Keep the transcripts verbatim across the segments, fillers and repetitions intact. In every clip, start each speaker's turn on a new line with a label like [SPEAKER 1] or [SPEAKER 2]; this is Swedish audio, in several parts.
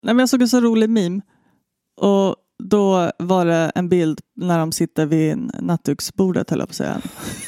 [SPEAKER 1] Nej, men jag såg en så rolig meme. Och då var det en bild när de sitter vid nattduksbordet, höll jag på att säga.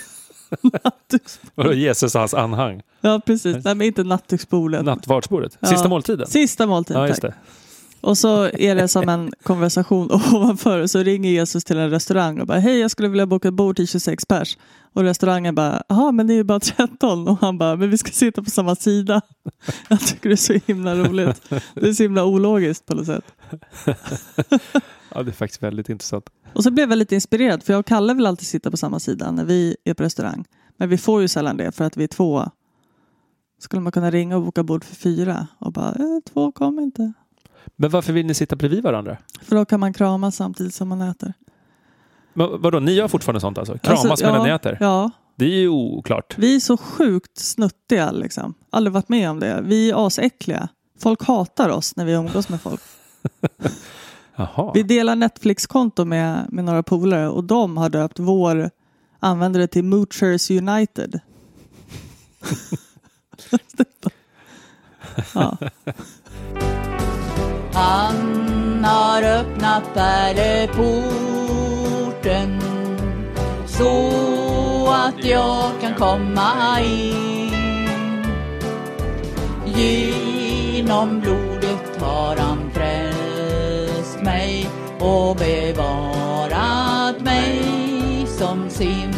[SPEAKER 2] Och Jesus och hans anhang.
[SPEAKER 1] Ja, precis. Nej, men inte nattduksbordet.
[SPEAKER 2] Nattvardsbordet. Sista
[SPEAKER 1] ja. måltiden. Sista måltiden,
[SPEAKER 2] ja, just det.
[SPEAKER 1] Och så är det som en konversation ovanför. Så ringer Jesus till en restaurang och bara, hej, jag skulle vilja boka ett bord till tjugosex pers. Och restaurangen bara, jaha, men det är ju bara tretton. Och han bara, men vi ska sitta på samma sida. Jag tycker det är så himla roligt. Det är så himla ologiskt på något sätt.
[SPEAKER 2] Ja, det är faktiskt väldigt intressant.
[SPEAKER 1] Och så blev jag lite inspirerad, för jag och Kalle vill alltid sitta på samma sida när vi är på restaurang. Men vi får ju sällan det för att vi är två. Skulle man kunna ringa och boka bord för fyra och bara, eh, två kommer inte.
[SPEAKER 2] Men varför vill ni sitta bredvid varandra?
[SPEAKER 1] För då kan man krama samtidigt som man äter.
[SPEAKER 2] Men vadå, ni gör fortfarande sånt alltså? Kramas alltså, medan
[SPEAKER 1] ja,
[SPEAKER 2] ni äter?
[SPEAKER 1] Ja.
[SPEAKER 2] Det är ju oklart.
[SPEAKER 1] Vi är så sjukt snuttiga liksom. Aldrig varit med om det. Vi är asäckliga. Folk hatar oss när vi umgås med folk.
[SPEAKER 2] Jaha.
[SPEAKER 1] Vi delar Netflix-konto med, med några polare och de har döpt vår användare till Moochers United. Ja.
[SPEAKER 3] Han har öppnat pärleporten så att jag kan komma in. Genom blodet har han frälst mig och bevarat mig som sin.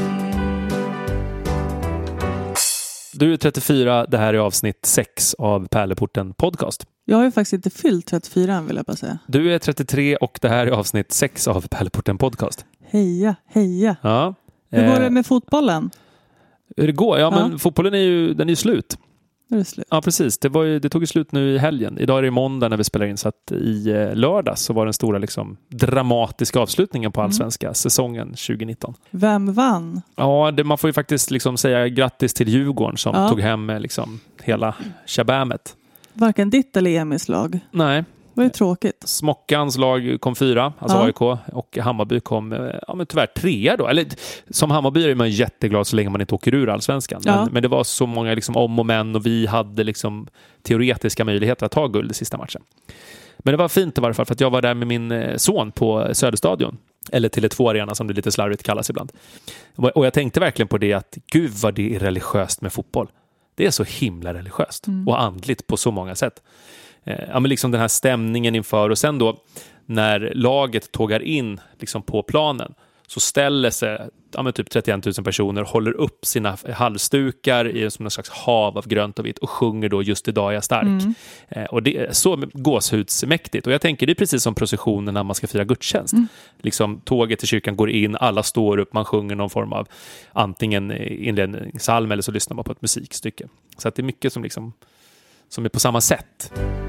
[SPEAKER 2] Du är trettiofyra, det här är avsnitt sex av Pärleporten podcast.
[SPEAKER 1] Jag har ju faktiskt inte fyllt trettiofyra än, vill jag bara säga.
[SPEAKER 2] Du är trettiotre och det här är avsnitt sex av Pärleporten podcast.
[SPEAKER 1] Heja, heja.
[SPEAKER 2] Ja.
[SPEAKER 1] Hur går det med fotbollen?
[SPEAKER 2] Hur det går? Ja, men
[SPEAKER 1] ja.
[SPEAKER 2] fotbollen är ju, den är ju slut.
[SPEAKER 1] Är det slut?
[SPEAKER 2] Ja, precis. Det, var ju, det tog ju slut nu i helgen. Idag är det måndag när vi spelar in, så att i lördag så var den stora liksom, dramatiska avslutningen på allsvenska mm. säsongen tjugonitton.
[SPEAKER 1] Vem vann?
[SPEAKER 2] Ja, det, man får ju faktiskt liksom säga grattis till Djurgården som ja. tog hem liksom, hela shabamet.
[SPEAKER 1] Varken ditt eller Emils lag?
[SPEAKER 2] Nej.
[SPEAKER 1] Det var ju tråkigt.
[SPEAKER 2] Smockans lag kom fyra, alltså ja. A I K, och Hammarby kom ja, men tyvärr trea då. Eller, som Hammarby är man jätteglad så länge man inte åker ur allsvenskan. Ja. Men, men det var så många liksom, om och men och vi hade liksom, teoretiska möjligheter att ta guld i sista matchen. Men det var fint i varje fall för att jag var där med min son på Söderstadion. Eller Tele två Arena som det lite slarvigt kallas ibland. Och jag tänkte verkligen på det att gud vad det är religiöst med fotboll. Det är så himla religiöst mm. och andligt på så många sätt. Ja, men liksom den här stämningen inför, och sen då när laget tågar in liksom på planen så ställer sig ja, men typ trettioen tusen personer, håller upp sina halsdukar i som en slags hav av grönt och vitt och sjunger då Just idag är jag stark. Mm. Eh, och det är så gåshudsmäktigt. Och jag tänker det är precis som processionen när man ska fira gudstjänst. Mm. Liksom tåget till kyrkan går in, alla står upp, man sjunger någon form av antingen inledningssalm eller så lyssnar man på ett musikstycke. Så att det är mycket som liksom som är på samma sätt.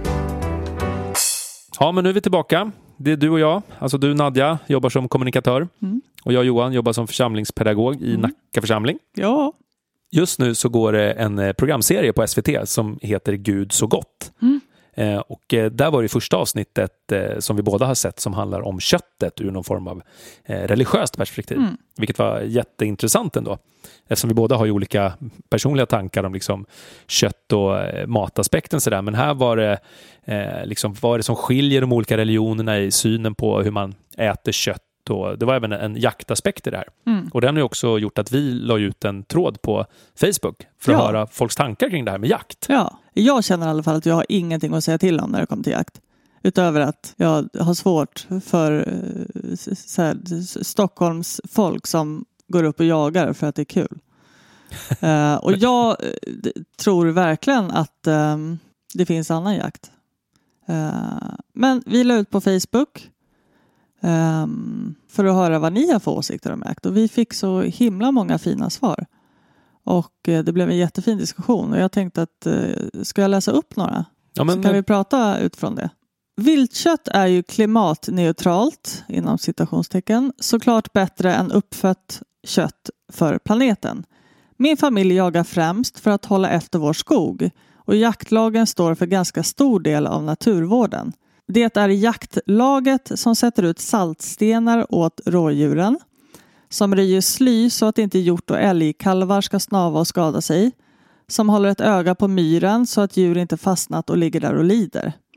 [SPEAKER 2] Ja, men nu är vi tillbaka. Det är du och jag. Alltså du, Nadja, jobbar som kommunikatör. Mm. Och jag, Johan, jobbar som församlingspedagog i mm. Nacka församling.
[SPEAKER 1] Ja.
[SPEAKER 2] Just nu så går det en programserie på S V T som heter Gud så gott. Mm. Eh, och eh, där var det första avsnittet eh, som vi båda har sett som handlar om köttet ur någon form av eh, religiöst perspektiv. Mm. Vilket var jätteintressant ändå. Eftersom vi båda har ju olika personliga tankar om liksom kött och eh, mataspekten sådär. Men här var det eh, liksom, vad är det som skiljer de olika religionerna i synen på hur man äter kött. Och det var även en jaktaspekt i det här. Mm. Och den har ju också gjort att vi la ut en tråd på Facebook för att ja. höra folks tankar kring det här med jakt.
[SPEAKER 1] Ja, jag känner i alla fall att jag har ingenting att säga till om när det kommer till jakt. Utöver att jag har svårt för så här, Stockholms folk som går upp och jagar för att det är kul. uh, och jag d- tror verkligen att um, det finns annan jakt. Uh, men vi la ut på Facebook um, för att höra vad ni har för åsikter om jakt. Och vi fick så himla många fina svar. Och uh, det blev en jättefin diskussion. Och jag tänkte att uh, ska jag läsa upp några? Ja, men, så kan vi prata utifrån det. Viltkött är ju klimatneutralt inom citationstecken. Såklart bättre än uppfött kött för planeten. Min familj jagar främst för att hålla efter vår skog. Och jaktlagen står för ganska stor del av naturvården. Det är jaktlaget som sätter ut saltstenar åt rådjuren. Som röjer sly så att inte hjort och älgkalvar ska snava och skada sig. Som håller ett öga på myren så att djur inte fastnat och ligger där och lider.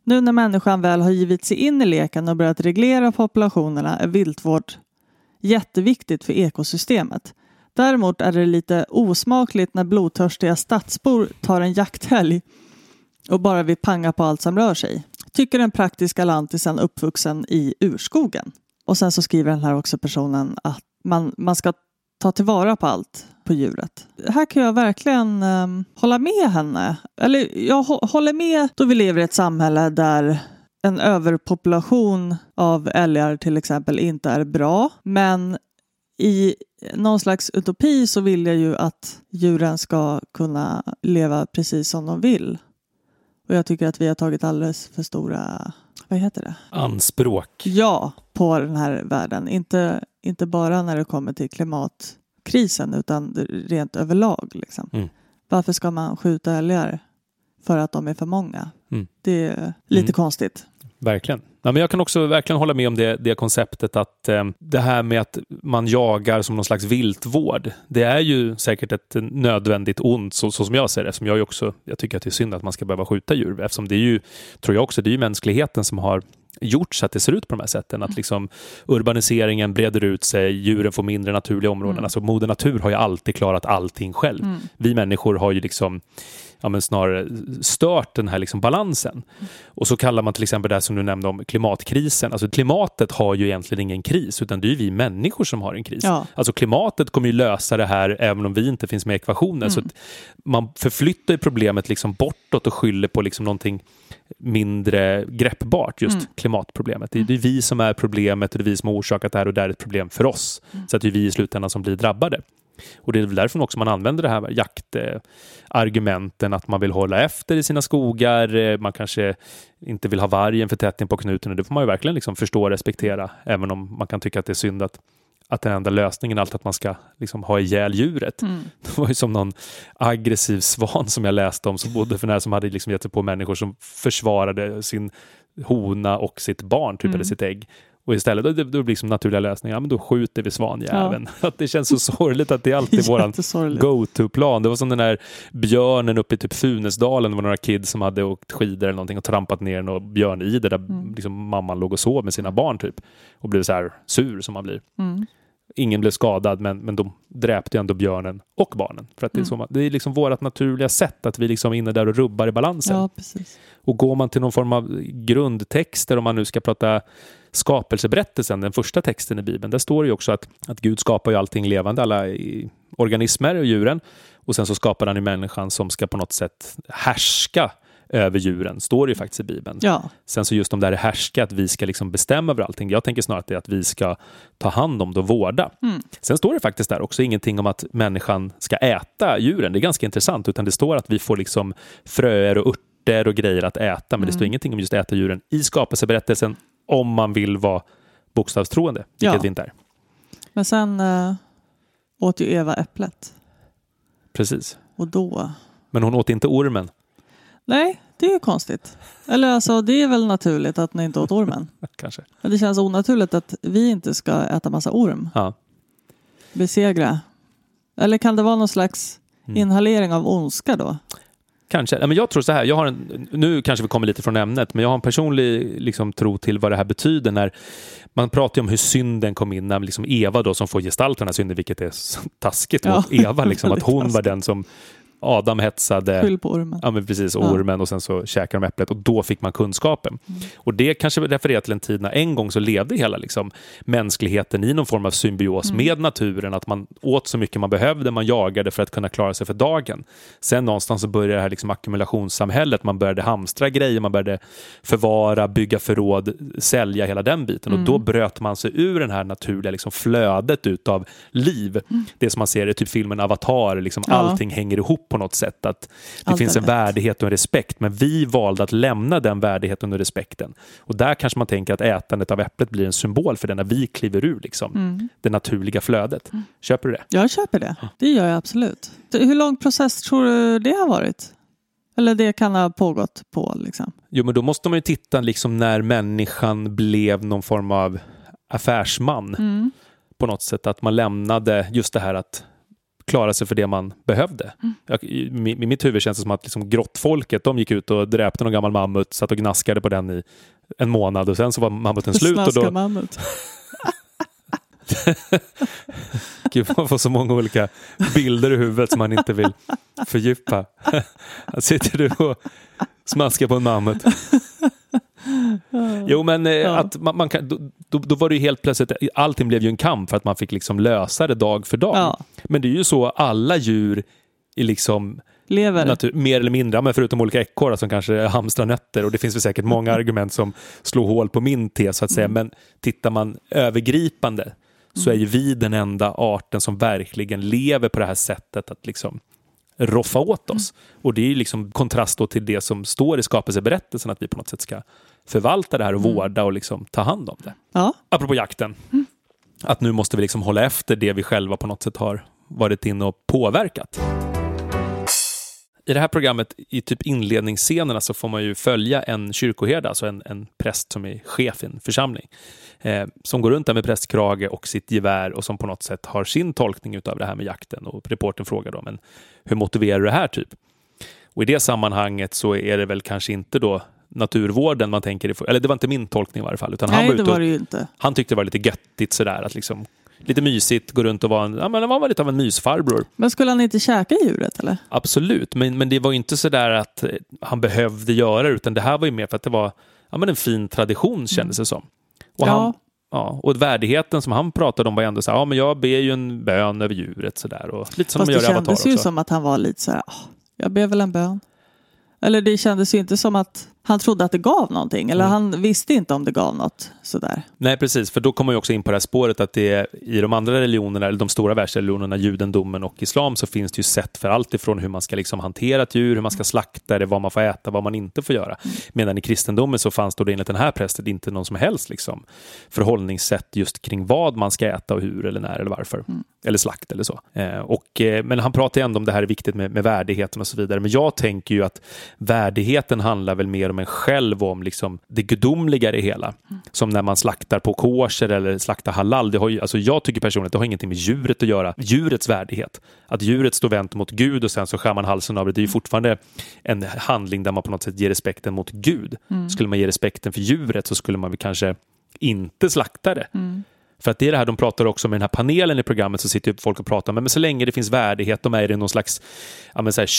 [SPEAKER 1] Nu när människan väl har givit sig in i leken och börjat reglera populationerna är viltvård jätteviktigt för ekosystemet. Däremot är det lite osmakligt när blodtörstiga stadsbor tar en jakthelg och bara vill panga på allt som rör sig. Tycker den praktiska lantisen uppvuxen i urskogen. Och sen så skriver den här också personen att man, man ska ta tillvara på allt på djuret. Här kan jag verkligen um, hålla med henne. Eller jag hå- håller med då vi lever i ett samhälle där en överpopulation av älgar till exempel inte är bra. Men i någon slags utopi så vill jag ju att djuren ska kunna leva precis som de vill. Och jag tycker att vi har tagit alldeles för stora, vad heter det?
[SPEAKER 2] Anspråk.
[SPEAKER 1] Ja, på den här världen. Inte, inte bara när det kommer till klimatkrisen utan rent överlag. Liksom. Mm. Varför ska man skjuta älgar för att de är för många? Mm. Det är lite mm. konstigt.
[SPEAKER 2] Verkligen. Ja, men jag kan också verkligen hålla med om det, det konceptet att eh, det här med att man jagar som någon slags viltvård, det är ju säkert ett nödvändigt ont så, så som jag ser det. Som jag, också, jag tycker att det är synd att man ska behöva skjuta djur eftersom det är ju, tror jag också, det är ju mänskligheten som har gjort så att det ser ut på de här sätten. Att liksom urbaniseringen breder ut sig, djuren får mindre naturliga områden. Mm. Alltså moder natur har ju alltid klarat allting själv. Mm. Vi människor har ju liksom ja, men snarare stört den här liksom balansen. Mm. Och så kallar man till exempel det som du nämnde om klimatkrisen. Alltså klimatet har ju egentligen ingen kris utan det är ju vi människor som har en kris. Ja. Alltså klimatet kommer ju lösa det här även om vi inte finns med i ekvationen. Mm. Så att man förflyttar problemet liksom bortåt och skyller på liksom någonting mindre greppbart, just mm. klimatproblemet. Det är, det är vi som är problemet och det är vi som har orsakat det här och det är ett problem för oss. Mm. Så att det är vi i slutändan som blir drabbade. Och det är väl därför också man använder det här jaktargumenten att man vill hålla efter i sina skogar. Man kanske inte vill ha vargen för tätt in på knuten och det får man ju verkligen liksom förstå och respektera även om man kan tycka att det är synd att att den enda lösningen är allt att man ska liksom ha ihjäl djuret. Mm. Det var ju som någon aggressiv svan som jag läste om som bodde för när som hade liksom gett sig på människor som försvarade sin hona och sitt barn, typ, mm. eller sitt ägg. Och istället då, då blir det liksom naturliga lösningar. Ja, men då skjuter vi svanjäveln. Ja. Att det känns så sorgligt att det är alltid våran go-to-plan. Det var som den där björnen uppe i typ Funäsdalen. Det var några kids som hade åkt skidor eller någonting och trampat ner en björn i det där mm. liksom mamman låg och sov med sina barn typ. Och blev så här sur som man blir. Mm. Ingen blev skadad men, men de dräpte ändå björnen och barnen. För att det är, så, det är liksom vårt naturliga sätt att vi liksom är inne där och rubbar i balansen.
[SPEAKER 1] Ja, precis.
[SPEAKER 2] Och går man till någon form av grundtexter om man nu ska prata skapelseberättelsen, den första texten i Bibeln, där står det ju också att, att Gud skapar ju allting levande, alla i, organismer och djuren. Och sen så skapar han ju människan som ska på något sätt härska över djuren, står det ju faktiskt i Bibeln. Ja. Sen så just om det här är härska, att vi ska liksom bestämma över allting. Jag tänker snarare att det är att vi ska ta hand om det och vårda. Mm. Sen står det faktiskt där också ingenting om att människan ska äta djuren. Det är ganska intressant, utan det står att vi får liksom fröer och örter och grejer att äta. Men mm. det står ingenting om just äta djuren i skapelseberättelsen om man vill vara bokstavstroende, vilket ja. vi inte är.
[SPEAKER 1] Men sen äh, åt ju Eva äpplet.
[SPEAKER 2] Precis.
[SPEAKER 1] Och då...
[SPEAKER 2] Men hon åt inte ormen.
[SPEAKER 1] Nej, det är ju konstigt. Eller alltså, det är väl naturligt att ni inte åt ormen.
[SPEAKER 2] Kanske.
[SPEAKER 1] Men det känns onaturligt att vi inte ska äta massa orm.
[SPEAKER 2] Ja.
[SPEAKER 1] Besegra. Eller kan det vara någon slags mm. inhalering av ondska då?
[SPEAKER 2] Kanske. Men jag tror så här, jag har en, nu kanske vi kommer lite från ämnet, men jag har en personlig liksom, tro till vad det här betyder när man pratar om hur synden kom in när liksom Eva då som får gestalta den här synden, vilket är så taskigt ja. mot Eva, liksom, att hon var den som Adam hetsade
[SPEAKER 1] Skyll på ormen.
[SPEAKER 2] Ja, men precis, ormen ja. och sen så käkar de äpplet och då fick man kunskapen. Mm. Och det kanske refererar till en tid när en gång så levde hela liksom, mänskligheten i någon form av symbios mm. med naturen, att man åt så mycket man behövde, man jagade för att kunna klara sig för dagen. Sen någonstans så började det här liksom, ackumulationssamhället, man började hamstra grejer, man började förvara, bygga förråd, sälja hela den biten mm. och då bröt man sig ur den här naturliga liksom, flödet utav liv. Mm. Det som man ser i typ filmen Avatar, liksom, ja. allting hänger ihop på något sätt, att det Allt finns en rätt. värdighet och en respekt, men vi valde att lämna den värdigheten och respekten. Och där kanske man tänker att ätandet av äpplet blir en symbol för det när vi kliver ur liksom, mm. det naturliga flödet. Mm. Köper du det?
[SPEAKER 1] Jag köper det. Det gör jag absolut. Hur lång process tror du det har varit? Eller det kan ha pågått på liksom?
[SPEAKER 2] Jo, men då måste man ju titta liksom när människan blev någon form av affärsman. Mm. På något sätt, att man lämnade just det här att klara sig för det man behövde. Mm. Jag, i, I mitt huvud känns det som att liksom grottfolket, de gick ut och dräpte någon gammal mammut, satt och gnaskade på den i en månad och sen så var mammuten slut. Och då...
[SPEAKER 1] mammut.
[SPEAKER 2] Gud, man får så många olika bilder i huvudet som man inte vill fördjupa. Sitter du och smaskar på en mammut? Jo, men ja. att man, man kan, då, då var det ju helt plötsligt, allting blev ju en kamp för att man fick liksom lösa det dag för dag. Ja. Men det är ju så alla djur i liksom
[SPEAKER 1] lever
[SPEAKER 2] natur, mer eller mindre, men förutom olika ekorrar som kanske hamstrar nötter, och det finns väl säkert många argument som slår hål på min tes så att säga, mm. men tittar man övergripande så är ju vi den enda arten som verkligen lever på det här sättet att liksom roffa åt oss. Mm. Och det är ju liksom kontrast då till det som står i skapelseberättelsen, att vi på något sätt ska förvalta det här och mm. vårda och liksom ta hand om det.
[SPEAKER 1] Ja.
[SPEAKER 2] Apropå jakten. Mm. Att nu måste vi liksom hålla efter det vi själva på något sätt har varit in och påverkat. I det här programmet, i typ inledningsscenerna, så får man ju följa en kyrkoherde, alltså en, en präst som är chef i en församling. Eh, som går runt där med prästkrage och sitt gevär och som på något sätt har sin tolkning utav det här med jakten. Och reporten frågar då, men hur motiverar du det här typ? Och i det sammanhanget så är det väl kanske inte då naturvården man tänker i, eller det var inte min tolkning i varje fall. Utan
[SPEAKER 1] Nej,
[SPEAKER 2] han var
[SPEAKER 1] det
[SPEAKER 2] ute och,
[SPEAKER 1] var det ju inte.
[SPEAKER 2] Han tyckte det var lite göttigt sådär, att liksom lite mysigt, gå runt och vara en, ja, men han var lite av en mysfarbror.
[SPEAKER 1] Men skulle han inte käka djuret eller?
[SPEAKER 2] Absolut, men, men det var ju inte så där att han behövde göra det, utan det här var ju mer för att det var ja, men en fin tradition kändes det som. Och,
[SPEAKER 1] ja.
[SPEAKER 2] han, ja, och värdigheten som han pratade om var ändå så här, ja men jag ber ju en bön över djuret så där, och lite som
[SPEAKER 1] Fast
[SPEAKER 2] de gör i Avatar också.
[SPEAKER 1] Det kändes ju som att han var lite så här, jag ber väl en bön. Eller det kändes ju inte som att han trodde att det gav någonting. Eller mm. han visste inte om det gav något sådär.
[SPEAKER 2] Nej, precis. För då kommer jag också in på det här spåret att det är, i de andra religionerna, eller de stora världsreligionerna, judendomen och islam, så finns det ju sätt för allt ifrån hur man ska liksom hantera ett djur, hur man ska slakta det, vad man får äta, vad man inte får göra. Mm. Medan i kristendomen så fanns då det enligt den här prästen inte någon som helst liksom förhållningssätt just kring vad man ska äta och hur eller när eller varför. Mm. Eller slakt eller så. Eh, och, eh, men han pratar ju ändå om det här är viktigt med, med värdigheten och så vidare. Men jag tänker ju att värdigheten handlar väl mer om en själv och om liksom det gudomliga i det hela. Mm. Som när man slaktar på kosher eller slaktar halal. Det har ju, alltså jag tycker personligen att det har ingenting med djuret att göra. Djurets värdighet. Att djuret står vänt mot Gud och sen så skär man halsen av det. Det är ju fortfarande en handling där man på något sätt ger respekten mot Gud. Mm. Skulle man ge respekten för djuret så skulle man väl kanske inte slakta det. Mm. För att det är det här de pratar också med den här panelen i programmet, så sitter ju folk och pratar men så länge det finns värdighet, de är i någon slags ja, men så här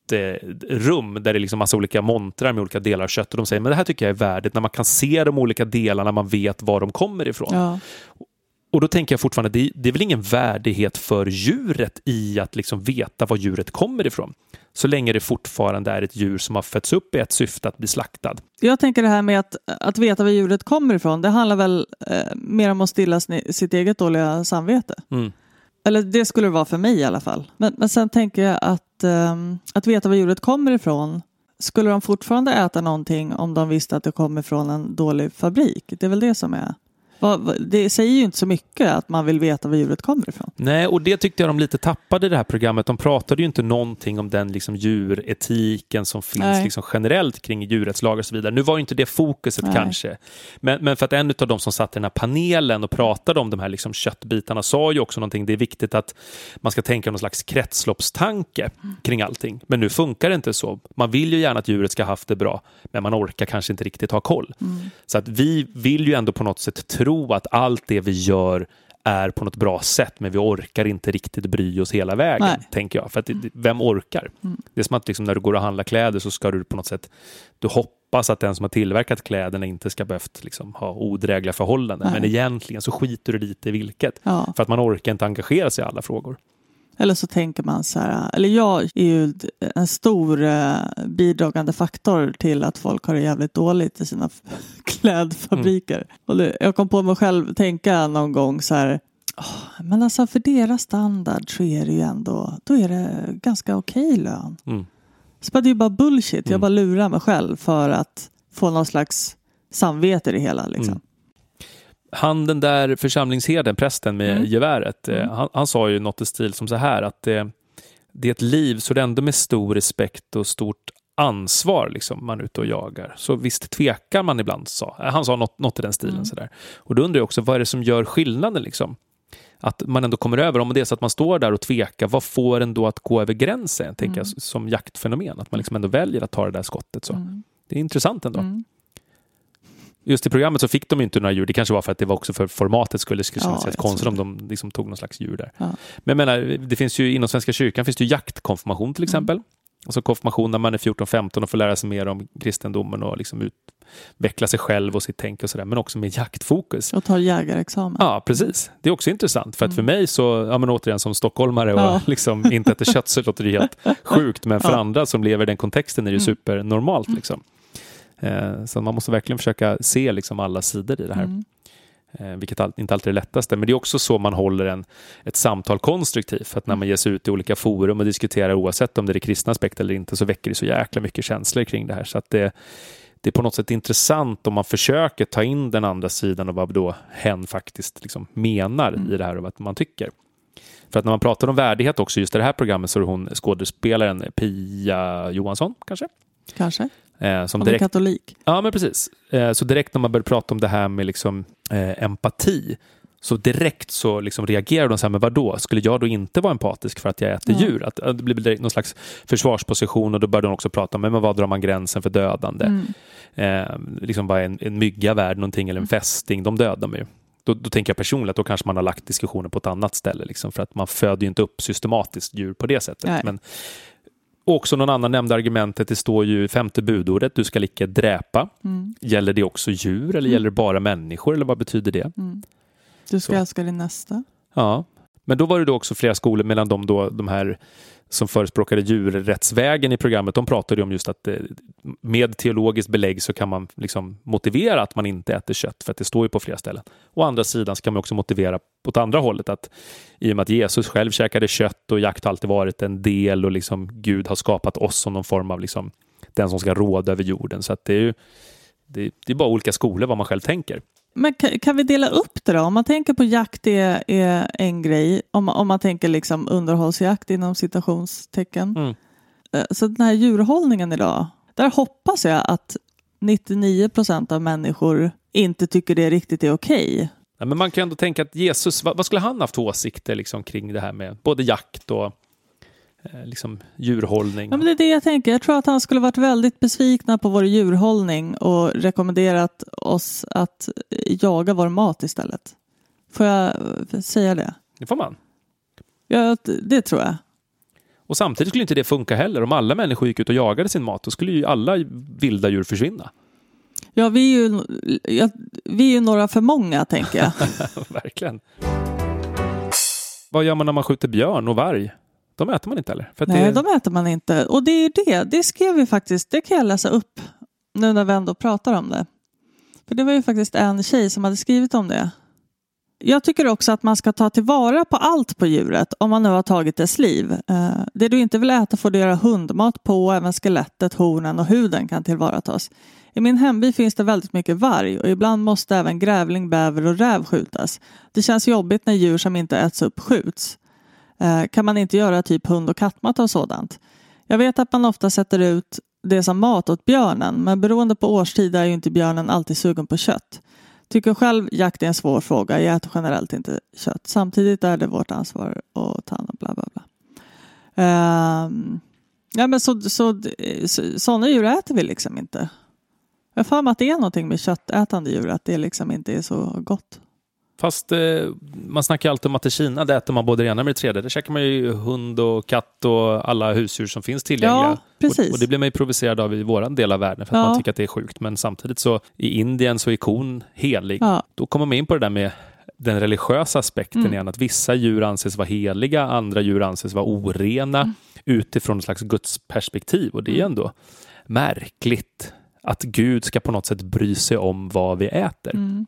[SPEAKER 2] köttrum där det är liksom massa olika montrar med olika delar av kött, och de säger men det här tycker jag är värdigt när man kan se de olika delarna, man vet var de kommer ifrån. Ja. Och då tänker jag fortfarande, det, det är väl ingen värdighet för djuret i att liksom veta var djuret kommer ifrån. Så länge det fortfarande är ett djur som har fötts upp i ett syfte att bli slaktad.
[SPEAKER 1] Jag tänker det här med att, att veta var djuret kommer ifrån, det handlar väl eh, mer om att stilla sn- sitt eget dåliga samvete. Mm. Eller det skulle det vara för mig i alla fall. Men, men sen tänker jag att, eh, att veta var djuret kommer ifrån, skulle de fortfarande äta någonting om de visste att det kommer från en dålig fabrik? Det är väl det som är... Det säger ju inte så mycket att man vill veta var djuret kommer ifrån.
[SPEAKER 2] Nej, och det tyckte jag de lite tappade i det här programmet. De pratade ju inte någonting om den liksom djuretiken som finns liksom generellt kring djurrättslagar och så vidare. Nu var ju inte det fokuset Nej. kanske. Men, men för att en av de som satt i den här panelen och pratade om de här liksom köttbitarna sa ju också någonting. Det är viktigt att man ska tänka någon slags kretsloppstanke mm. kring allting. Men nu funkar det inte så. Man vill ju gärna att djuret ska ha haft det bra, men man orkar kanske inte riktigt ha koll. Mm. Så att vi vill ju ändå på något sätt tro att allt det vi gör är på något bra sätt, men vi orkar inte riktigt bry oss hela vägen, Nej. tänker jag. För att vem orkar? Mm. Det är som att liksom när du går och handlar kläder så ska du på något sätt, du hoppas att den som har tillverkat kläderna inte ska behövt liksom ha odrägliga förhållanden. Nej. Men egentligen så skiter du lite i vilket. Ja. För att man orkar inte engagera sig i alla frågor.
[SPEAKER 1] Eller så tänker man så här, eller jag är ju en stor eh, bidragande faktor till att folk har det jävligt dåligt i sina f- klädfabriker. Mm. Och det, jag kom på mig själv tänka någon gång så här, oh, men alltså för deras standard så är det ju ändå, då är det ganska okej lön. Mm. Så det är ju bara bullshit, mm. jag bara lurar mig själv för att få någon slags samvete i det hela liksom. Mm.
[SPEAKER 2] Han, den där församlingsherden, prästen med mm. geväret, mm. han, han sa ju något i stil som så här att det, det är ett liv så det är ändå med stor respekt och stort ansvar liksom, man är ute och jagar. Så visst tvekar man ibland, sa han. sa något, något i den stilen. Mm. Så där. Och då undrar jag också, vad är det som gör skillnaden liksom? att man ändå kommer över, om det är så att man står där och tvekar, vad får en då att gå över gränsen, tänker mm. jag, som jaktfenomen, att man liksom ändå väljer att ta det där skottet så. Mm. Det är intressant ändå. Mm. Just i programmet så fick de inte några djur. Det kanske var för att det var också för formatet skulle det kännas ja, konstigt om de liksom tog någon slags djur där. Ja. Men jag menar, det finns ju inom Svenska kyrkan finns det ju jaktkonfirmation till exempel. Mm. Alltså konfirmation när man är fjorton femton och får lära sig mer om kristendomen och liksom utveckla sig själv och sitt tänk och sådär, men också med jaktfokus.
[SPEAKER 1] Och ta jägarexamen.
[SPEAKER 2] Ja, precis. Det är också intressant för att mm. för mig så, ja men återigen som stockholmare och ja. liksom inte äter kött så låter det helt sjukt, men för ja. andra som lever i den kontexten är det mm. supernormalt liksom. Så man måste verkligen försöka se liksom alla sidor i det här. Mm. Vilket inte alltid är det lättaste. Men det är också så man håller en, ett samtal konstruktivt. För att när man ger sig ut i olika forum och diskuterar oavsett om det är kristna aspekt eller inte så väcker det så jäkla mycket känslor kring det här. Så att det, det är på något sätt intressant om man försöker ta in den andra sidan och vad då hen faktiskt liksom menar mm. i det här och vad man tycker. För att när man pratar om värdighet också just i det här programmet så är hon skådespelaren Pia Johansson kanske?
[SPEAKER 1] Kanske.
[SPEAKER 2] Eh, som
[SPEAKER 1] Om
[SPEAKER 2] direkt,
[SPEAKER 1] katolik.
[SPEAKER 2] Ja, men precis. Eh, så direkt när man börjar prata om det här med liksom, eh, empati så direkt så liksom reagerar de så här, men vadå? Skulle jag då inte vara empatisk för att jag äter ja. djur? Att, att det blir direkt någon slags försvarsposition och då börjar de också prata om men vad drar man gränsen för dödande? Mm. Eh, liksom bara en, en mygga värd någonting eller en fästing, de dödar man ju. Då, då tänker jag personligen att då kanske man har lagt diskussionen på ett annat ställe liksom, för att man föder ju inte upp systematiskt djur på det sättet. Nej. Men och också någon annan nämnde argumentet, det står ju femte budordet, du ska icke dräpa. Mm. Gäller det också djur eller mm. gäller det bara människor eller vad betyder det? Mm.
[SPEAKER 1] Du ska Så. älska din nästa.
[SPEAKER 2] Ja, men då var det då också flera skolor mellan de, då, de här som förespråkade djurrättsvägen i programmet. De pratade om just att med teologiskt belägg så kan man liksom motivera att man inte äter kött för att det står ju på flera ställen. Å andra sidan så kan man också motivera på det andra hållet att i och med att Jesus själv käkade kött och jakt har alltid varit en del och liksom Gud har skapat oss som någon form av liksom den som ska råda över jorden. Så att det är ju det, det är bara olika skolor vad man själv tänker.
[SPEAKER 1] Men kan, kan vi dela upp det då? Om man tänker på jakt är, är en grej. Om, om man tänker liksom underhållsjakt inom citationstecken. Mm. Så den här djurhållningen idag. Där hoppas jag att nittionio procent av människor inte tycker det riktigt är okej.
[SPEAKER 2] Ja, men man kan ändå tänka att Jesus, vad, vad skulle han haft åsikter liksom kring det här med både jakt och eh, liksom djurhållning?
[SPEAKER 1] Ja, men det är det jag tänker. Jag tror att han skulle varit väldigt besvikna på vår djurhållning och rekommenderat oss att jaga vår mat istället. Får jag säga det?
[SPEAKER 2] Det får man.
[SPEAKER 1] Ja, det tror jag.
[SPEAKER 2] Och samtidigt skulle inte det funka heller. Om alla människor gick ut och jagade sin mat, då skulle ju alla vilda djur försvinna.
[SPEAKER 1] Ja, vi är ju, ja, vi är ju några för många, tänker jag.
[SPEAKER 2] Verkligen. Vad gör man när man skjuter björn och varg? De äter man inte, eller? För att
[SPEAKER 1] Nej,
[SPEAKER 2] det...
[SPEAKER 1] de äter man inte. Och det är det. Det skrev vi faktiskt. Det kan jag läsa upp nu när vi ändå pratar om det. För det var ju faktiskt en tjej som hade skrivit om det. Jag tycker också att man ska ta tillvara på allt på djuret om man nu har tagit dess liv. Det du inte vill äta får du göra hundmat på och även skelettet, hornen och huden kan tillvaratas. I min hemby finns det väldigt mycket varg och ibland måste även grävling, bäver och räv skjutas. Det känns jobbigt när djur som inte äts upp skjuts. Kan man inte göra typ hund- och kattmat och sådant? Jag vet att man ofta sätter ut det som mat åt björnen, men beroende på årstid är ju inte björnen alltid sugen på kött. Tycker själv jakt är en svår fråga. Jag äter generellt inte kött. Samtidigt är det vårt ansvar att ta hand om bla bla bla. Um, ja, men så, så, så, sådana djur äter vi liksom inte. Jag får med att det är någonting med köttätande djur, att det liksom inte är så gott.
[SPEAKER 2] Fast eh, man snackar alltid om att i Kina där äter man både det ena med det tredje. Där käkar man ju hund och katt och alla husdjur som finns tillgängliga.
[SPEAKER 1] Ja, precis.
[SPEAKER 2] Och, och det blir man ju provocerad av i våran del av världen för att ja. man tycker att det är sjukt. Men samtidigt så i Indien så är kon helig. Ja. Då kommer man in på det där med den religiösa aspekten mm. igen. Att vissa djur anses vara heliga, andra djur anses vara orena mm. utifrån ett slags gudsperspektiv. Och det är ändå märkligt att Gud ska på något sätt bry sig om vad vi äter. Mm.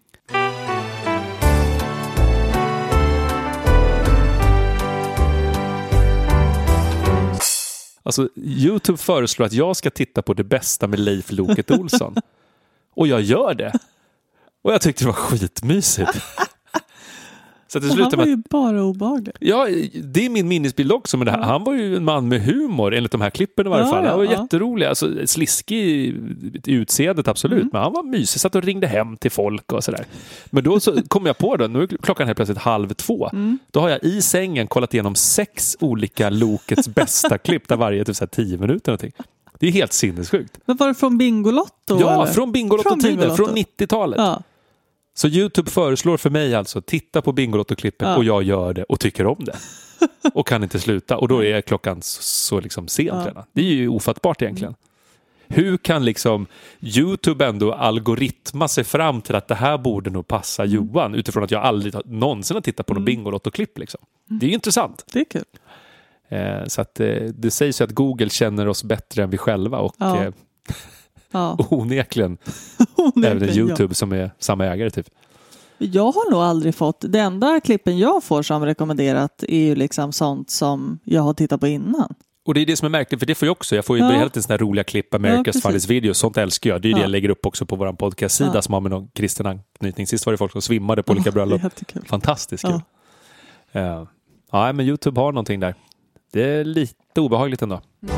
[SPEAKER 2] Alltså, YouTube föreslår att jag ska titta på Det bästa med Leif Loket Olsson. Och jag gör det. Och jag tyckte det var skitmysigt. Så det
[SPEAKER 1] han
[SPEAKER 2] slutar
[SPEAKER 1] var
[SPEAKER 2] med
[SPEAKER 1] ju bara obehaglig.
[SPEAKER 2] Ja, det är min minnesbild också. Men det här,
[SPEAKER 1] Ja.
[SPEAKER 2] han var ju en man med humor enligt de här klippen i varje
[SPEAKER 1] Ja,
[SPEAKER 2] fall. Han var
[SPEAKER 1] ja, ja.
[SPEAKER 2] jätterolig. Alltså, sliskig i utseendet, absolut.
[SPEAKER 1] Mm.
[SPEAKER 2] Men han var mysig. Satt och ringde hem till folk och sådär. Men då så kom jag på det. Nu är klockan helt plötsligt halv två.
[SPEAKER 1] Mm.
[SPEAKER 2] Då har jag i sängen kollat igenom sex olika Lokets bästa klipp. Där varje typ så här tio minuter någonting. Det är helt sinnessjukt.
[SPEAKER 1] Men var det från Bingolotto?
[SPEAKER 2] Ja,
[SPEAKER 1] eller?
[SPEAKER 2] från Bingolotto-tiden.
[SPEAKER 1] Bingolotto.
[SPEAKER 2] Från nittiotalet.
[SPEAKER 1] Ja.
[SPEAKER 2] Så YouTube föreslår för mig alltså, titta på Bingolotto-klippet
[SPEAKER 1] Ja.
[SPEAKER 2] och jag gör det och tycker om det. Och kan inte sluta. Och då är klockan så, så liksom sent
[SPEAKER 1] Ja.
[SPEAKER 2] redan. Det är ju ofattbart egentligen. Hur kan liksom YouTube ändå algoritma sig fram till att det här borde nog passa Johan utifrån att jag aldrig har, någonsin har tittat på någon Bingolotto-klipp liksom. Det är ju intressant.
[SPEAKER 1] Det är kul.
[SPEAKER 2] Eh, så att eh, det sägs ju att Google känner oss bättre än vi själva och
[SPEAKER 1] Ja.
[SPEAKER 2] eh,
[SPEAKER 1] Ja.
[SPEAKER 2] onekligen
[SPEAKER 1] Onekligen,
[SPEAKER 2] även
[SPEAKER 1] ja.
[SPEAKER 2] YouTube som är samma ägare typ.
[SPEAKER 1] Jag har nog aldrig fått, det enda klippen jag får som rekommenderat är ju liksom sånt som jag har tittat på innan.
[SPEAKER 2] Och det är det som är märkligt, för det får jag också. Jag får ju
[SPEAKER 1] Ja.
[SPEAKER 2] hela tiden såna här roliga klipp, America's
[SPEAKER 1] Ja,
[SPEAKER 2] Funniest Videos, sånt älskar jag. Det är ju det
[SPEAKER 1] Ja.
[SPEAKER 2] jag lägger upp också på vår podcast-sida
[SPEAKER 1] Ja.
[SPEAKER 2] som har med någon kristen anknytning. Sist var det folk som svimmade på olika
[SPEAKER 1] Det är
[SPEAKER 2] bröllop.
[SPEAKER 1] jättekul.
[SPEAKER 2] Fantastiskt kul.
[SPEAKER 1] Ja.
[SPEAKER 2] Ja. Ja, men YouTube har någonting där. Det är lite obehagligt ändå.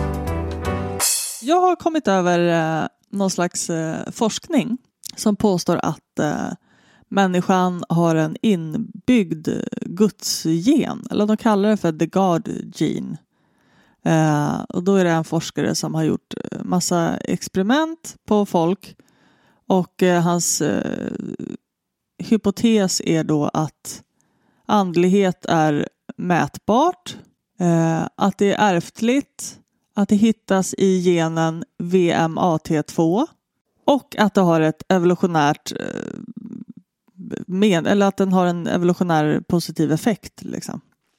[SPEAKER 1] Jag har kommit över eh, någon slags eh, forskning som påstår att eh, människan har en inbyggd gudsgen, eller de kallar det för the God gene. Eh, och då är det en forskare som har gjort eh, massa experiment på folk och eh, hans eh, hypotes är då att andlighet är mätbart, eh, att det är ärftligt, att det hittas i genen V M A T två och att det har ett evolutionärt eh, men, eller att den har en evolutionär positiv effekt liksom,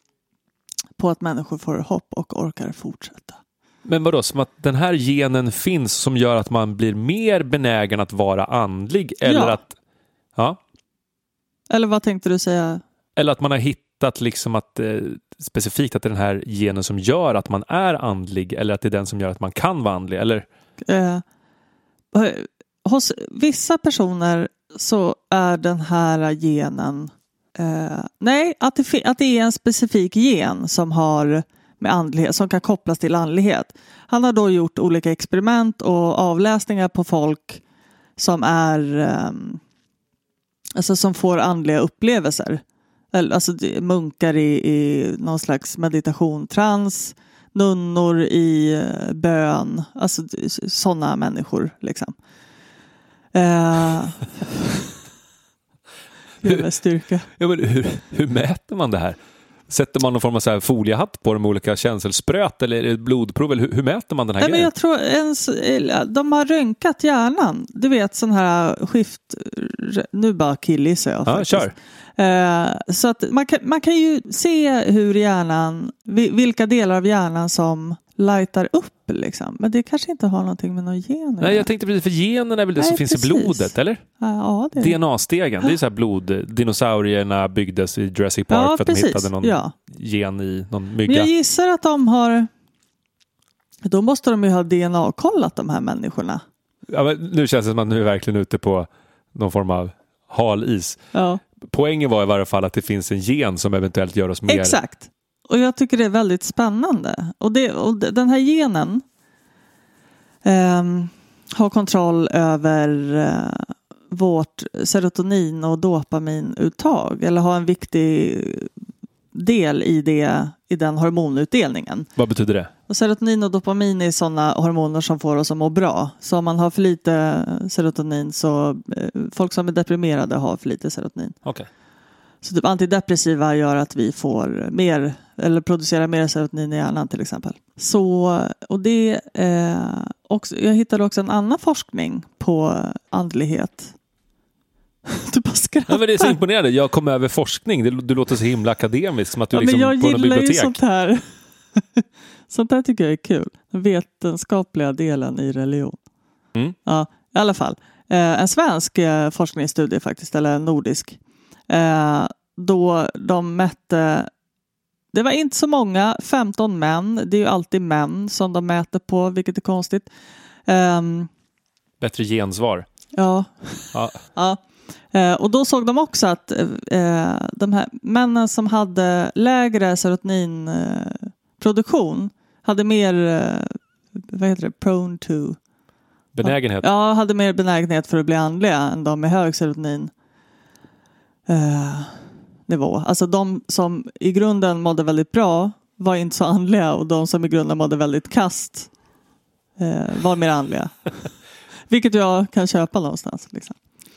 [SPEAKER 1] på att människor får hopp och orkar fortsätta.
[SPEAKER 2] Men vadå, som att den här genen finns som gör att man blir mer benägen att vara andlig? Eller
[SPEAKER 1] Ja.
[SPEAKER 2] att... Ja.
[SPEAKER 1] Eller vad tänkte du säga?
[SPEAKER 2] Eller att man har hittat liksom att eh, specifikt att det är den här genen som gör att man är andlig, eller att det är den som gör att man kan vara andlig, eller?
[SPEAKER 1] Eh, hos vissa personer så är den här genen eh, nej, att det, att det är en specifik gen som har med andlighet, som kan kopplas till andlighet. Han har då gjort olika experiment och avläsningar på folk som är eh, alltså som får andliga upplevelser. Alltså munkar i, i någon slags meditation, trans, nunnor i bön, alltså sådana människor liksom. Eh, med styrka.
[SPEAKER 2] Ja, men hur, hur mäter man det här? Sätter man någon form av så här foliehatt på de olika känselspröt eller är det ett blodprov? Eller hur, hur mäter man den här
[SPEAKER 1] Nej, men
[SPEAKER 2] grejen?
[SPEAKER 1] jag tror ens, de har röntgat hjärnan. Du vet sån här skift, nu bara killgissar jag
[SPEAKER 2] Ja,
[SPEAKER 1] faktiskt.
[SPEAKER 2] kör.
[SPEAKER 1] Eh, så att man kan, man kan ju se hur hjärnan, vilka delar av hjärnan som lightar upp liksom. Men det kanske inte har någonting med någon gen.
[SPEAKER 2] Nej, jag tänkte precis, för genen är väl det
[SPEAKER 1] Nej,
[SPEAKER 2] som finns
[SPEAKER 1] precis.
[SPEAKER 2] i blodet, eller?
[SPEAKER 1] Ja, det är
[SPEAKER 2] D N A-stegen, det är så här blod. Dinosaurierna byggdes i Jurassic Park
[SPEAKER 1] Ja,
[SPEAKER 2] för att
[SPEAKER 1] precis.
[SPEAKER 2] de hittade någon
[SPEAKER 1] Ja.
[SPEAKER 2] gen i någon
[SPEAKER 1] Men
[SPEAKER 2] mygga.
[SPEAKER 1] jag gissar att de har, då måste de ju ha D N A-kollat de här människorna.
[SPEAKER 2] Ja, men nu känns det som att nu är verkligen ute på någon form av hal is.
[SPEAKER 1] Ja.
[SPEAKER 2] Poängen var i varje fall att det finns en gen som eventuellt gör oss mer...
[SPEAKER 1] Exakt. Och jag tycker det är väldigt spännande. Och, det, och den här genen um, har kontroll över uh, vårt serotonin- och dopaminuttag. Eller har en viktig del i, det, i den hormonutdelningen.
[SPEAKER 2] Vad betyder det?
[SPEAKER 1] Och serotonin och dopamin är sådana hormoner som får oss att må bra. Så om man har för lite serotonin så uh, folk som är deprimerade har för lite serotonin.
[SPEAKER 2] Okej. Okay.
[SPEAKER 1] Så typ antidepressiva gör att vi får mer, eller producerar mer serotonin i hjärnan till exempel. Så, och det, eh, också, jag hittade också en annan forskning på andlighet. Du bara skrattar.
[SPEAKER 2] Ja, men det är så imponerande. Jag kom över forskning. Du, du låter så himla akademisk, som att du
[SPEAKER 1] Ja,
[SPEAKER 2] liksom
[SPEAKER 1] men jag
[SPEAKER 2] på någon
[SPEAKER 1] gillar ju
[SPEAKER 2] bibliotek.
[SPEAKER 1] sånt här. Sånt här tycker jag är kul. Den vetenskapliga delen i religion.
[SPEAKER 2] Mm.
[SPEAKER 1] Ja, i alla fall. Eh, en svensk eh, forskningsstudie faktiskt, eller en nordisk. Eh, då de mätte, det var inte så många, femton män, det är ju alltid män som de mäter på, vilket är konstigt. Um,
[SPEAKER 2] Bättre gensvar.
[SPEAKER 1] ja.
[SPEAKER 2] Ja.
[SPEAKER 1] ja. Eh, och då såg de också att eh, de här männen som hade lägre serotoninproduktion eh, hade mer, eh, vad heter det, prone to...
[SPEAKER 2] Benägenhet?
[SPEAKER 1] Ja, hade mer benägenhet för att bli andliga än de med hög serotonin eh, nivå. Alltså de som i grunden mådde väldigt bra var inte så andliga, och de som i grunden mådde väldigt kast eh, var mer andliga. Vilket jag kan köpa någonstans. Liksom.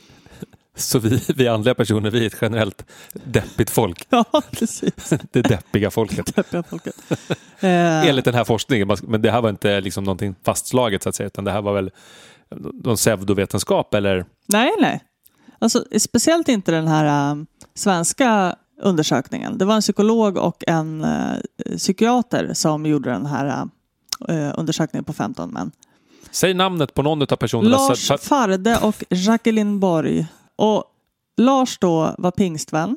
[SPEAKER 2] Så vi, vi andliga personer, vi är ett generellt deppigt folk.
[SPEAKER 1] Ja, precis.
[SPEAKER 2] Det deppiga folket.
[SPEAKER 1] Deppiga folket.
[SPEAKER 2] Eh. Enligt den här forskningen. Men det här var inte liksom någonting fastslaget så att säga, utan det här var väl någon pseudovetenskap eller?
[SPEAKER 1] Nej, nej. Alltså, speciellt inte den här äh, svenska undersökningen. Det var en psykolog och en äh, psykiater som gjorde den här äh, undersökningen på femton män.
[SPEAKER 2] Säg namnet på någon av personerna.
[SPEAKER 1] Lars Farde och Jacqueline Borg. Och Lars då var pingstvän,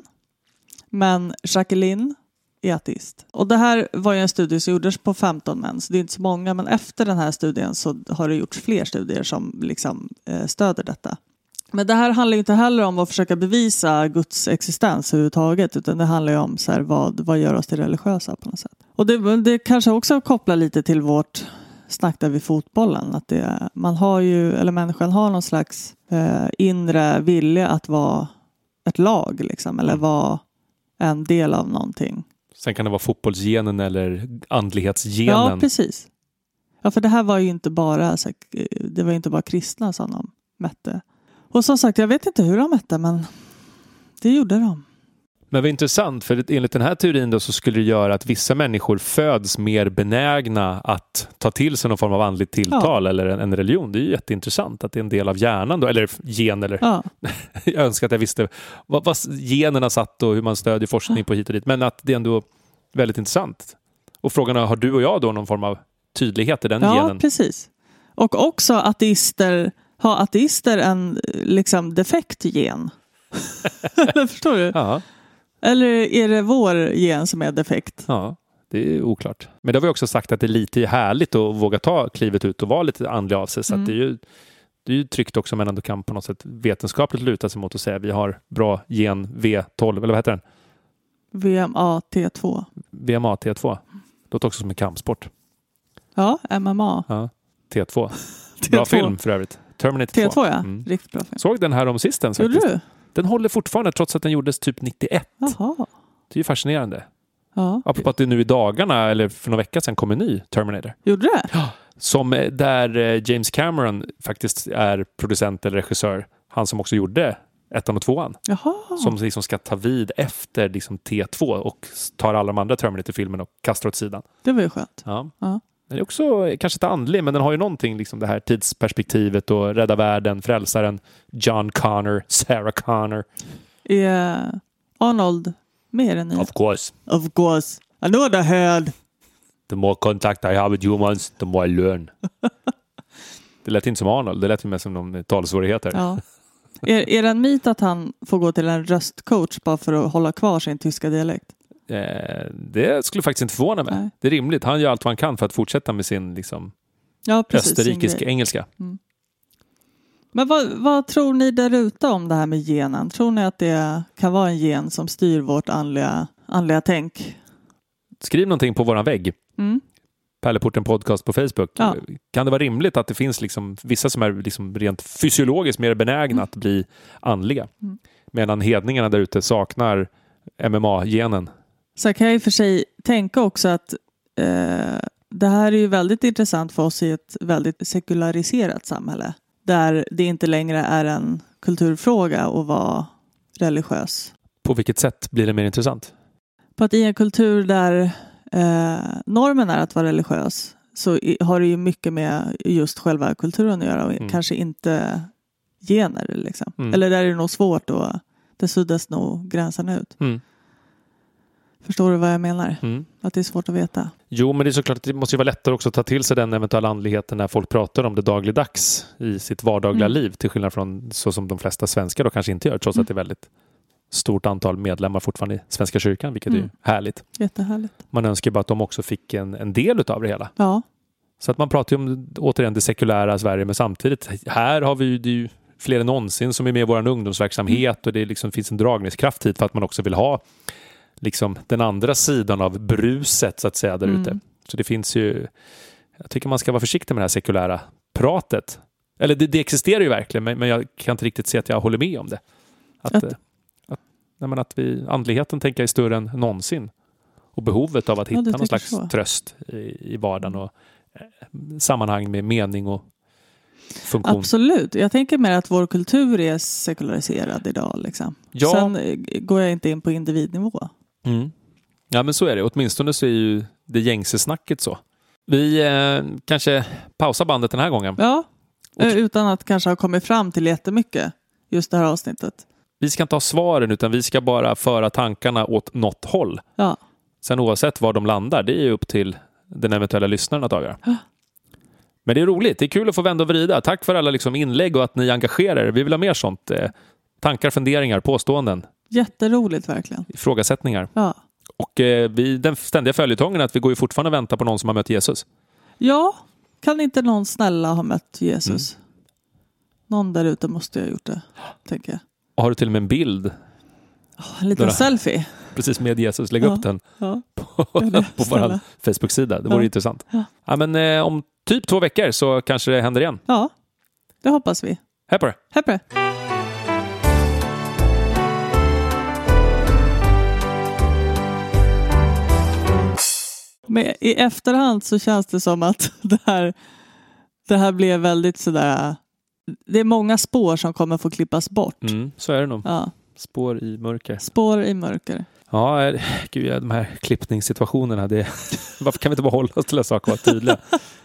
[SPEAKER 1] men Jacqueline är ateist. Och det här var ju en studie som gjordes på femton män, så det är inte så många, men efter den här studien så har det gjorts fler studier som liksom eh, stöder detta. Men det här handlar ju inte heller om att försöka bevisa Guds existens överhuvudtaget, utan det handlar ju om så här, vad, vad gör oss till religiösa på något sätt. Och det, det kanske också kopplar lite till vårt snack där vid fotbollen, att det, man har ju, eller människan har någon slags eh, inre vilja att vara ett lag liksom, eller vara en del av någonting.
[SPEAKER 2] Sen kan det vara fotbollsgenen eller andlighetsgenen.
[SPEAKER 1] Ja, precis. Ja, för det här var ju inte bara alltså, det var inte bara kristna som de mätte. Och som sagt, jag vet inte hur de mätte, men det gjorde de.
[SPEAKER 2] Men vad intressant, för enligt den här teorin då så skulle det göra att vissa människor föds mer benägna att ta till sig någon form av andligt tilltal, ja, eller en, en religion. Det är ju jätteintressant att det är en del av hjärnan då, eller gen, eller
[SPEAKER 1] ja.
[SPEAKER 2] Jag önskar att jag visste vad, vad generna satt och hur man stödjer forskning på hit och dit, men att det är ändå väldigt intressant. Och frågan är, har du och jag då någon form av tydlighet i den
[SPEAKER 1] ja,
[SPEAKER 2] genen?
[SPEAKER 1] Ja, precis. Och också ateister, har ateister en liksom defekt gen? Förstår du?
[SPEAKER 2] Ja.
[SPEAKER 1] Eller är det vår gen som är defekt?
[SPEAKER 2] Ja, det är oklart. Men det har vi också sagt att det är lite härligt att våga ta klivet ut och vara lite andlig av sig. Så mm. att det är ju det är ju tryggt också, men ändå kan på något sätt vetenskapligt luta sig mot att säga att vi har bra gen V tolv, eller vad heter den?
[SPEAKER 1] V M A T två.
[SPEAKER 2] V M A T två. Det låter också som en kampsport.
[SPEAKER 1] Ja, M M A.
[SPEAKER 2] Ja, T två. Bra film för övrigt. Terminator
[SPEAKER 1] T två,
[SPEAKER 2] två.
[SPEAKER 1] ja.
[SPEAKER 2] Mm.
[SPEAKER 1] Riktigt bra film.
[SPEAKER 2] Såg den här om sistens
[SPEAKER 1] faktiskt. Gjorde du?
[SPEAKER 2] Den håller fortfarande trots att den gjordes typ nittioett.
[SPEAKER 1] Jaha.
[SPEAKER 2] Det är ju fascinerande.
[SPEAKER 1] Ja.
[SPEAKER 2] Apropå att det nu i dagarna, eller för några veckor sedan, kom en ny Terminator.
[SPEAKER 1] Gjorde det?
[SPEAKER 2] Ja. Som där James Cameron faktiskt är producent eller regissör. Han som också gjorde ettan och tvåan.
[SPEAKER 1] Jaha.
[SPEAKER 2] Som liksom ska ta vid efter liksom T två och tar alla de andra Terminator-filmerna och kastar åt sidan.
[SPEAKER 1] Det var ju skönt.
[SPEAKER 2] Ja.
[SPEAKER 1] Ja.
[SPEAKER 2] Den är också kanske inte andlig, men den har ju någonting, liksom det här tidsperspektivet och rädda världen, frälsaren, John Connor, Sarah Connor.
[SPEAKER 1] Är Arnold mer än ni?
[SPEAKER 2] Of course.
[SPEAKER 1] Of course. I know the head.
[SPEAKER 2] The more contact I have with humans, the more I learn. Det lät inte som Arnold, det lät mer som de talsvårigheter.
[SPEAKER 1] Ja. Är, är det en myt att han får gå till en röstcoach bara för att hålla kvar sin tyska dialekt?
[SPEAKER 2] Eh, det skulle faktiskt inte förvåna mig.
[SPEAKER 1] Nej.
[SPEAKER 2] Det är rimligt. Han gör allt vad han kan för att fortsätta med sin liksom,
[SPEAKER 1] ja, precis,
[SPEAKER 2] österrikiska
[SPEAKER 1] sin
[SPEAKER 2] engelska.
[SPEAKER 1] Mm. Men vad, vad tror ni där ute om det här med genen? Tror ni att det kan vara en gen som styr vårt andliga, andliga tänk?
[SPEAKER 2] Skriv någonting på våran vägg.
[SPEAKER 1] Mm.
[SPEAKER 2] Pärleporten podcast på Facebook.
[SPEAKER 1] Ja. Kan
[SPEAKER 2] det vara rimligt att det finns liksom vissa som är liksom rent fysiologiskt mer benägna mm. att bli andliga? Mm. Medan hedningarna där ute saknar M M A-genen. Så
[SPEAKER 1] kan jag i och för sig tänka också att eh, det här är ju väldigt intressant för oss i ett väldigt sekulariserat samhälle. Där det inte längre är en kulturfråga att vara religiös.
[SPEAKER 2] På vilket sätt blir det mer intressant?
[SPEAKER 1] På att i en kultur där eh, normen är att vara religiös så har det ju mycket med just själva kulturen att göra och mm. kanske inte gener. Liksom. Mm. Eller där är det nog svårt och det suddas nog gränsen ut. Mm. Förstår du vad jag menar? Mm. Att det är svårt att veta.
[SPEAKER 2] Jo, men det är såklart att det måste ju vara lättare också att ta till sig den eventuella andligheten när folk pratar om det dagligdags i sitt vardagliga mm. liv. Till skillnad från så som de flesta svenskar då kanske inte gör. Trots mm. att det är väldigt stort antal medlemmar fortfarande i Svenska kyrkan. Vilket mm. är härligt.
[SPEAKER 1] Jättehärligt.
[SPEAKER 2] Man önskar bara att de också fick en, en del av det hela.
[SPEAKER 1] Ja.
[SPEAKER 2] Så att man pratar ju om återigen det sekulära Sverige. Men samtidigt, här har vi ju, det är ju fler än någonsin som är med i vår ungdomsverksamhet mm. och det liksom finns en dragningskraft hit för att man också vill ha liksom den andra sidan av bruset så att säga där ute. Mm. Så det finns ju, jag tycker man ska vara försiktig med det här sekulära pratet. Eller det, det existerar ju verkligen, men, men jag kan inte riktigt se att jag håller med om det. Att, att, att, nej, men att vi, andligheten tänker jag är större än någonsin. Och behovet av att hitta ja, någon slags så. tröst i, i vardagen och eh, sammanhang med mening och funktion.
[SPEAKER 1] Absolut. Jag tänker mer att vår kultur är sekulariserad idag. Liksom. Ja. Sen går jag inte in på individnivå.
[SPEAKER 2] Mm. Ja, men så är det. Åtminstone så är ju det gängse snacket så. Vi eh, kanske pausar bandet den här gången.
[SPEAKER 1] Ja, och, utan att kanske ha kommit fram till jättemycket just det här avsnittet.
[SPEAKER 2] Vi ska inte ha svaren utan vi ska bara föra tankarna åt något håll.
[SPEAKER 1] Ja.
[SPEAKER 2] Sen oavsett var de landar, det är upp till den eventuella lyssnaren att avgöra. Ja. Men det är roligt, det är kul att få vända och vrida. Tack för alla liksom inlägg och att ni engagerar er. Vi vill ha mer sånt. Eh, tankar, funderingar, påståenden.
[SPEAKER 1] Jätteroligt verkligen.
[SPEAKER 2] Ifrågasättningar.
[SPEAKER 1] Ja.
[SPEAKER 2] Och eh, vi, den ständiga följetongen är att vi går ju fortfarande och väntar på någon som har mött Jesus.
[SPEAKER 1] Ja, kan inte någon snälla ha mött Jesus? Mm. Någon där ute måste jag ha gjort det, tänker jag.
[SPEAKER 2] Och har du till och med en bild?
[SPEAKER 1] Oh, en liten selfie.
[SPEAKER 2] Precis med Jesus, lägg
[SPEAKER 1] ja,
[SPEAKER 2] upp den
[SPEAKER 1] ja.
[SPEAKER 2] på, på vår Facebook-sida. Det vore ja. intressant. Ja. Ja, men, eh, om typ två veckor så kanske det händer igen.
[SPEAKER 1] Ja, det hoppas vi.
[SPEAKER 2] Hej på det.
[SPEAKER 1] Hej på det. Men i efterhand så känns det som att det här, det här blev väldigt sådär... Det är många spår som kommer få klippas bort.
[SPEAKER 2] Mm, så är det nog.
[SPEAKER 1] Ja.
[SPEAKER 2] Spår i mörker.
[SPEAKER 1] Spår i mörker.
[SPEAKER 2] Ja, gud, de här klippningssituationerna. Det, varför kan vi inte bara hålla oss till att saker vara tydliga?